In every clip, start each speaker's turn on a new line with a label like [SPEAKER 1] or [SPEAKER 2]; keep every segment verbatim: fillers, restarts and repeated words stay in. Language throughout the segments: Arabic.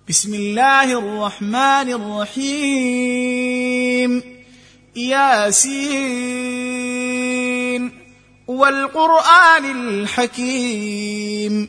[SPEAKER 1] بسم الله الرحمن الرحيم ياسين والقرآن الحكيم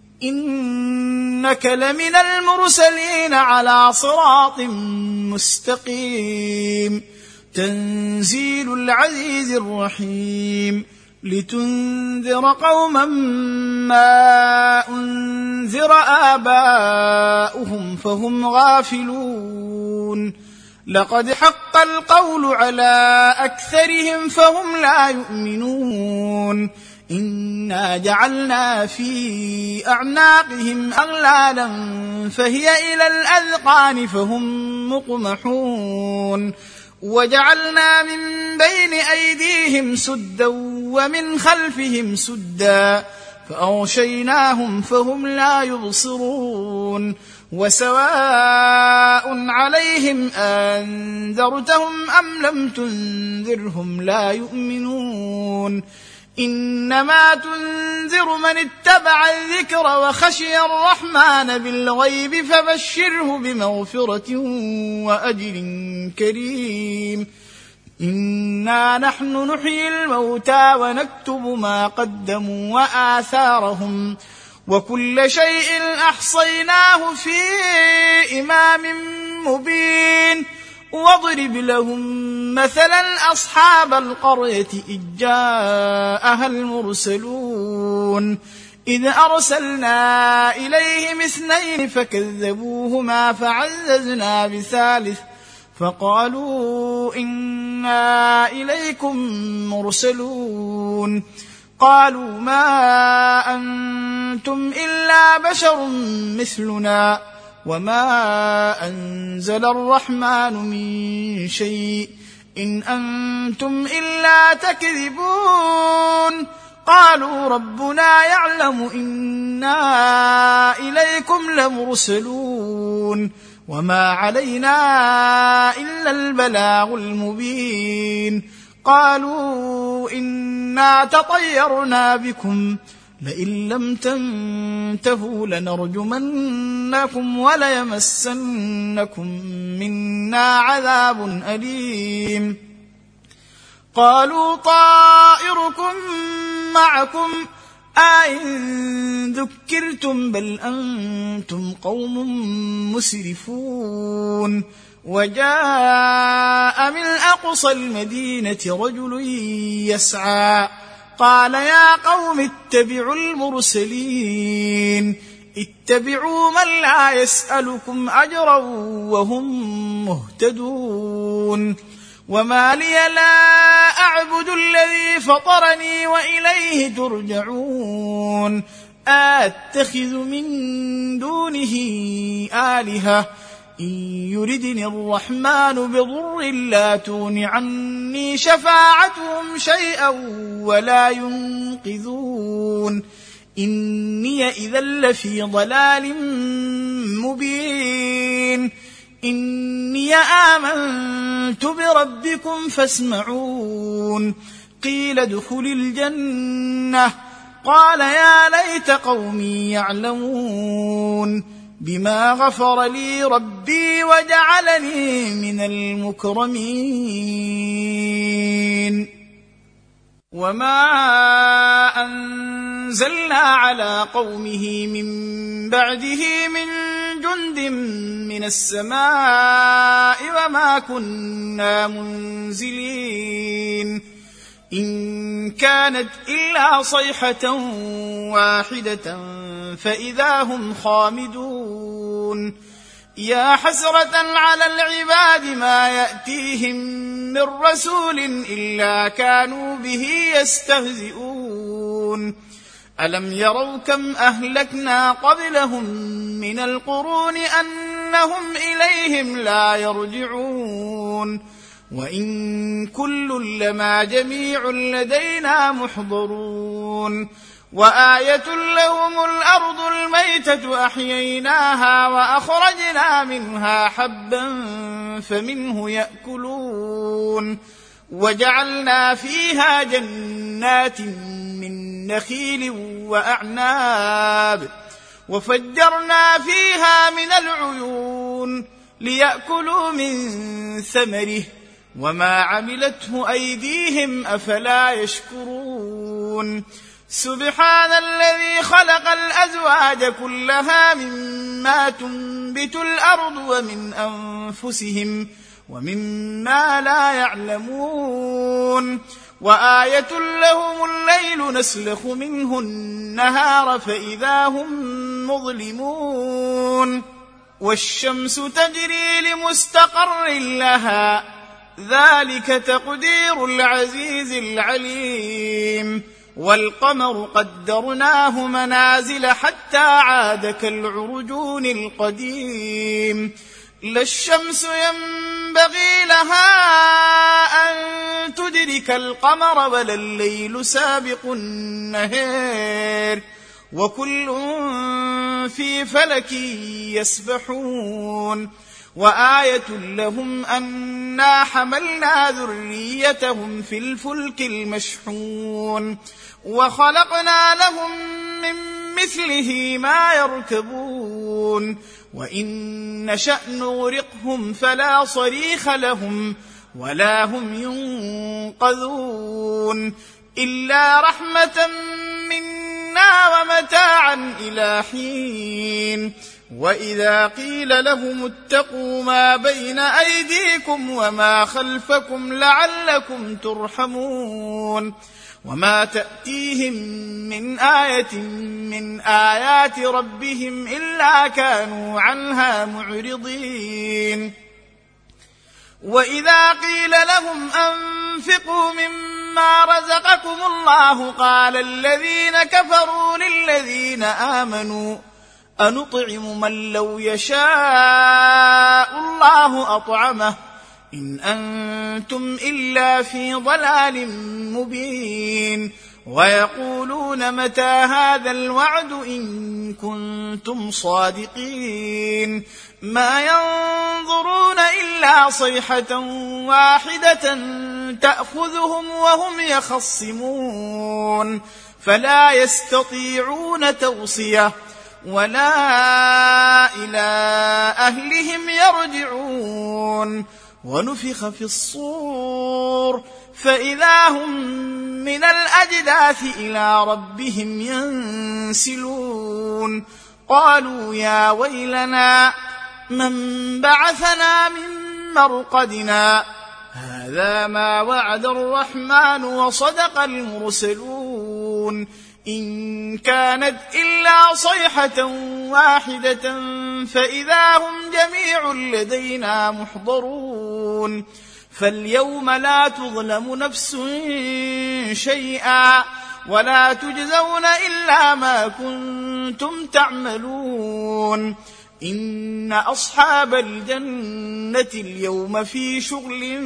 [SPEAKER 1] إنك لمن المرسلين على صراط مستقيم تنزيل العزيز الرحيم لتنذر قوما ما أنذر آباؤهم فهم غافلون لقد حق القول على أكثرهم فهم لا يؤمنون إنا جعلنا في أعناقهم أغلالا فهي إلى الأذقان فهم مقمحون وجعلنا من بين أيديهم سدا ومن خلفهم سدا فأغشيناهم فهم لا يبصرون وسواء عليهم أنذرتهم أم لم تنذرهم لا يؤمنون إنما تنذر من اتبع الذكر وخشي الرحمن بالغيب فبشره بمغفرة وأجر كريم إنا نحن نحيي الموتى ونكتب ما قدموا وآثارهم وكل شيء أحصيناه في إمام مبين واضرب لهم مثلا أصحاب القرية إذ جاءها المرسلون إذ أرسلنا إليهم اثنين فكذبوهما فعززنا بثالث فقالوا إنا إليكم مرسلون قالوا ما أنتم إلا بشر مثلنا وما أنزل الرحمن من شيء إن أنتم إلا تكذبون قالوا ربنا يعلم إنا إليكم لمرسلون وما علينا إلا البلاغ المبين قالوا إنا تطيرنا بكم لئن لم تنتهوا لنرجمنكم وليمسنكم منا عذاب أليم قالوا طائركم معكم أئن ذكرتم بل أنتم قوم مسرفون وجاء من أقصى المدينة رجل يسعى قال يا قوم اتبعوا المرسلين اتبعوا من لا يسألكم أجرا وهم مهتدون وما لي لا أعبد الذي فطرني وإليه ترجعون أتخذ من دونه آلهة إن يردني الرحمن بضر لا تغن عني شفاعتهم شيئا ولا ينقذون إني إذا لفي ضلال مبين إني آمنت بربكم فاسمعون قيل ادخل الجنة قال يا ليت قومي يعلمون بما غفر لي ربي وجعلني من المكرمين وما أنزلنا على قومه من بعده من جند من السماء وما كنا منزلين إن كانت إلا صيحة واحدة فإذا هم خامدون يا حسرة على العباد ما يأتيهم من رسول إلا كانوا به يستهزئون ألم يروا كم أهلكنا قبلهم من القرون أنهم إليهم لا يرجعون وإن كل لما جميع لدينا محضرون وآية لهم الأرض الميتة أحييناها وأخرجنا منها حبا فمنه يأكلون وجعلنا فيها جنات من نخيل وأعناب وفجرنا فيها من العيون ليأكلوا من ثمره وما عملته أيديهم أفلا يشكرون سبحان الذي خلق الأزواج كلها مما تنبت الأرض ومن أنفسهم ومما لا يعلمون وآية لهم الليل نسلخ منه النهار فإذا هم مظلمون والشمس تجري لمستقر لها ذلك تقدير العزيز العليم والقمر قدرناه منازل حتى عاد كالعرجون القديم لا الشمس ينبغي لها أن تدرك القمر ولا الليل سابق النهار وكل في فلك يسبحون وآية لهم أنا حملنا ذريتهم في الفلك المشحون وخلقنا لهم من مثله ما يركبون وإن نشأ نغرقهم فلا صريخ لهم ولا هم ينقذون إلا رحمة منا ومتاعا إلى حين وإذا قيل لهم اتقوا ما بين أيديكم وما خلفكم لعلكم ترحمون وما تأتيهم من آية من آيات ربهم إلا كانوا عنها معرضين وإذا قيل لهم أنفقوا مما رزقكم الله قال الذين كفروا للذين آمنوا أنطعم من لو يشاء الله أطعمه إن أنتم إلا في ضلال مبين ويقولون متى هذا الوعد إن كنتم صادقين ما ينظرون إلا صيحة واحدة تأخذهم وهم يخصمون فلا يستطيعون توصية ولا إلى أهلهم يرجعون ونفخ في الصور فإذا هم من الأجداث إلى ربهم ينسلون قالوا يا ويلنا من بعثنا من مرقدنا هذا ما وعد الرحمن وصدق المرسلون إن كانت إلا صيحة واحدة فإذا هم جميع لدينا محضرون فاليوم لا تظلم نفس شيئا ولا تجزون إلا ما كنتم تعملون إن أصحاب الجنة اليوم في شغل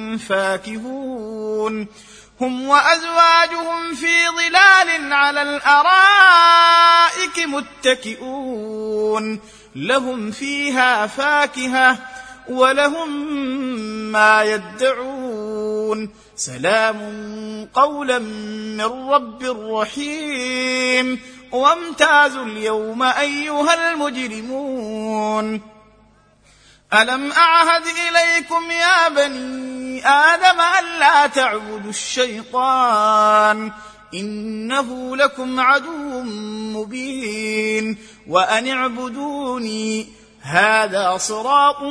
[SPEAKER 1] فاكهون هم وأزواجهم في ظلال على الأرائك متكئون لهم فيها فاكهة ولهم ما يدعون سلام قولا من رب رحيم وامتازوا اليوم أيها المجرمون ألم أعهد إليكم يا بني آدم ألا تعبدوا الشيطان إنه لكم عدو مبين وأن اعبدوني هذا صراط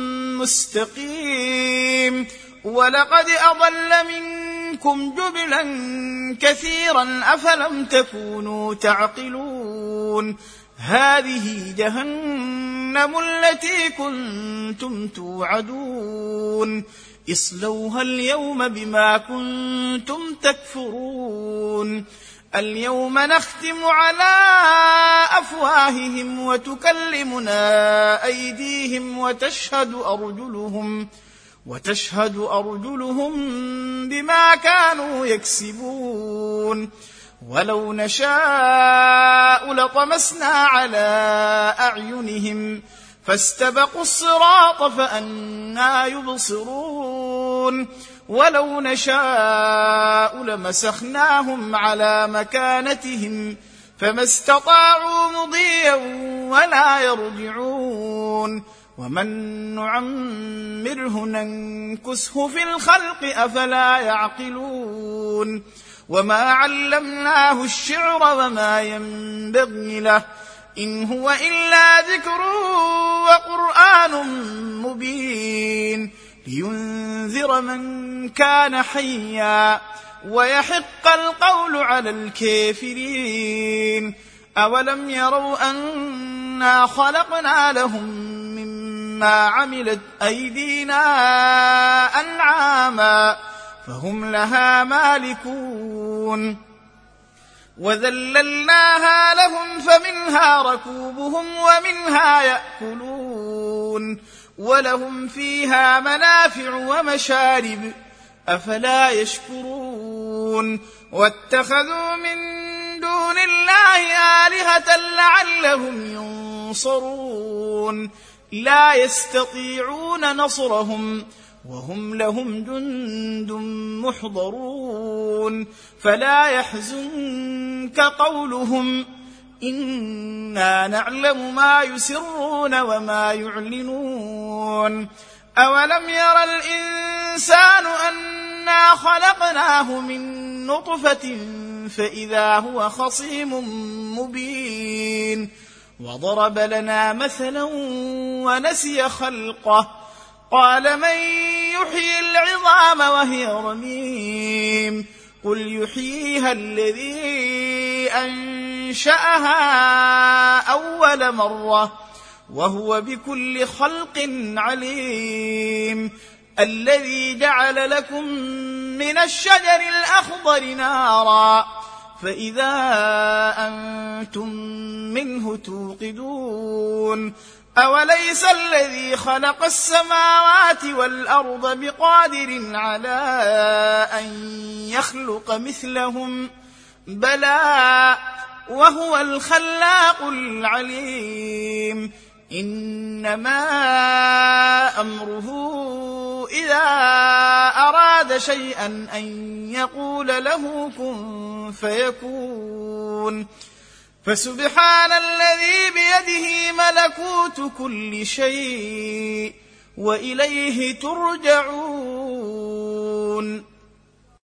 [SPEAKER 1] مستقيم ولقد أضل منكم جبلا كثيرا أفلم تكونوا تعقلون هذه جهنم التي كنتم توعدون اصلوها اليوم بما كنتم تكفرون اليوم نختم على أفواههم وتكلمنا أيديهم وتشهد أرجلهم وتشهد أرجلهم بما كانوا يكسبون ولو نشاء لطمسنا على أعينهم فاستبقوا الصراط فأنى يبصرون ولو نشاء لمسخناهم على مكانتهم فما استطاعوا مضيا ولا يرجعون ومن نعمره ننكسه في الخلق أفلا يعقلون وما علمناه الشعر وما ينبغي له إن هو إلا ذكر وقرآن مبين لينذر من كان حيا ويحق القول على الكافرين أولم يروا أنا خلقنا لهم مما عملت أيدينا أنعاما فهم لها مالكون وذللناها لهم فمنها ركوبهم ومنها يأكلون ولهم فيها منافع ومشارب أفلا يشكرون واتخذوا من دون الله آلهة لعلهم ينصرون لا يستطيعون نصرهم وهم لهم جند محضرون فلا يحزنك قولهم إنا نعلم ما يسرون وما يعلنون أولم ير الإنسان أنا خلقناه من نطفة فإذا هو خصيم مبين وضرب لنا مثلا ونسي خلقه قال من يحيي العظام وهي رميم قل يحييها الذي أنشأها أول مرة وهو بكل خلق عليم الذي جعل لكم من الشجر الأخضر نارا فإذا أنتم منه توقدون أوليس الذي خلق السماوات والأرض بقادر على أن يخلق مثلهم بلى وهو الخلاق العليم إنما أمره إذا أراد شيئا أن يقول له كن فيكون فسبحان الذي بيده ملكوت كل شيء وإليه ترجعون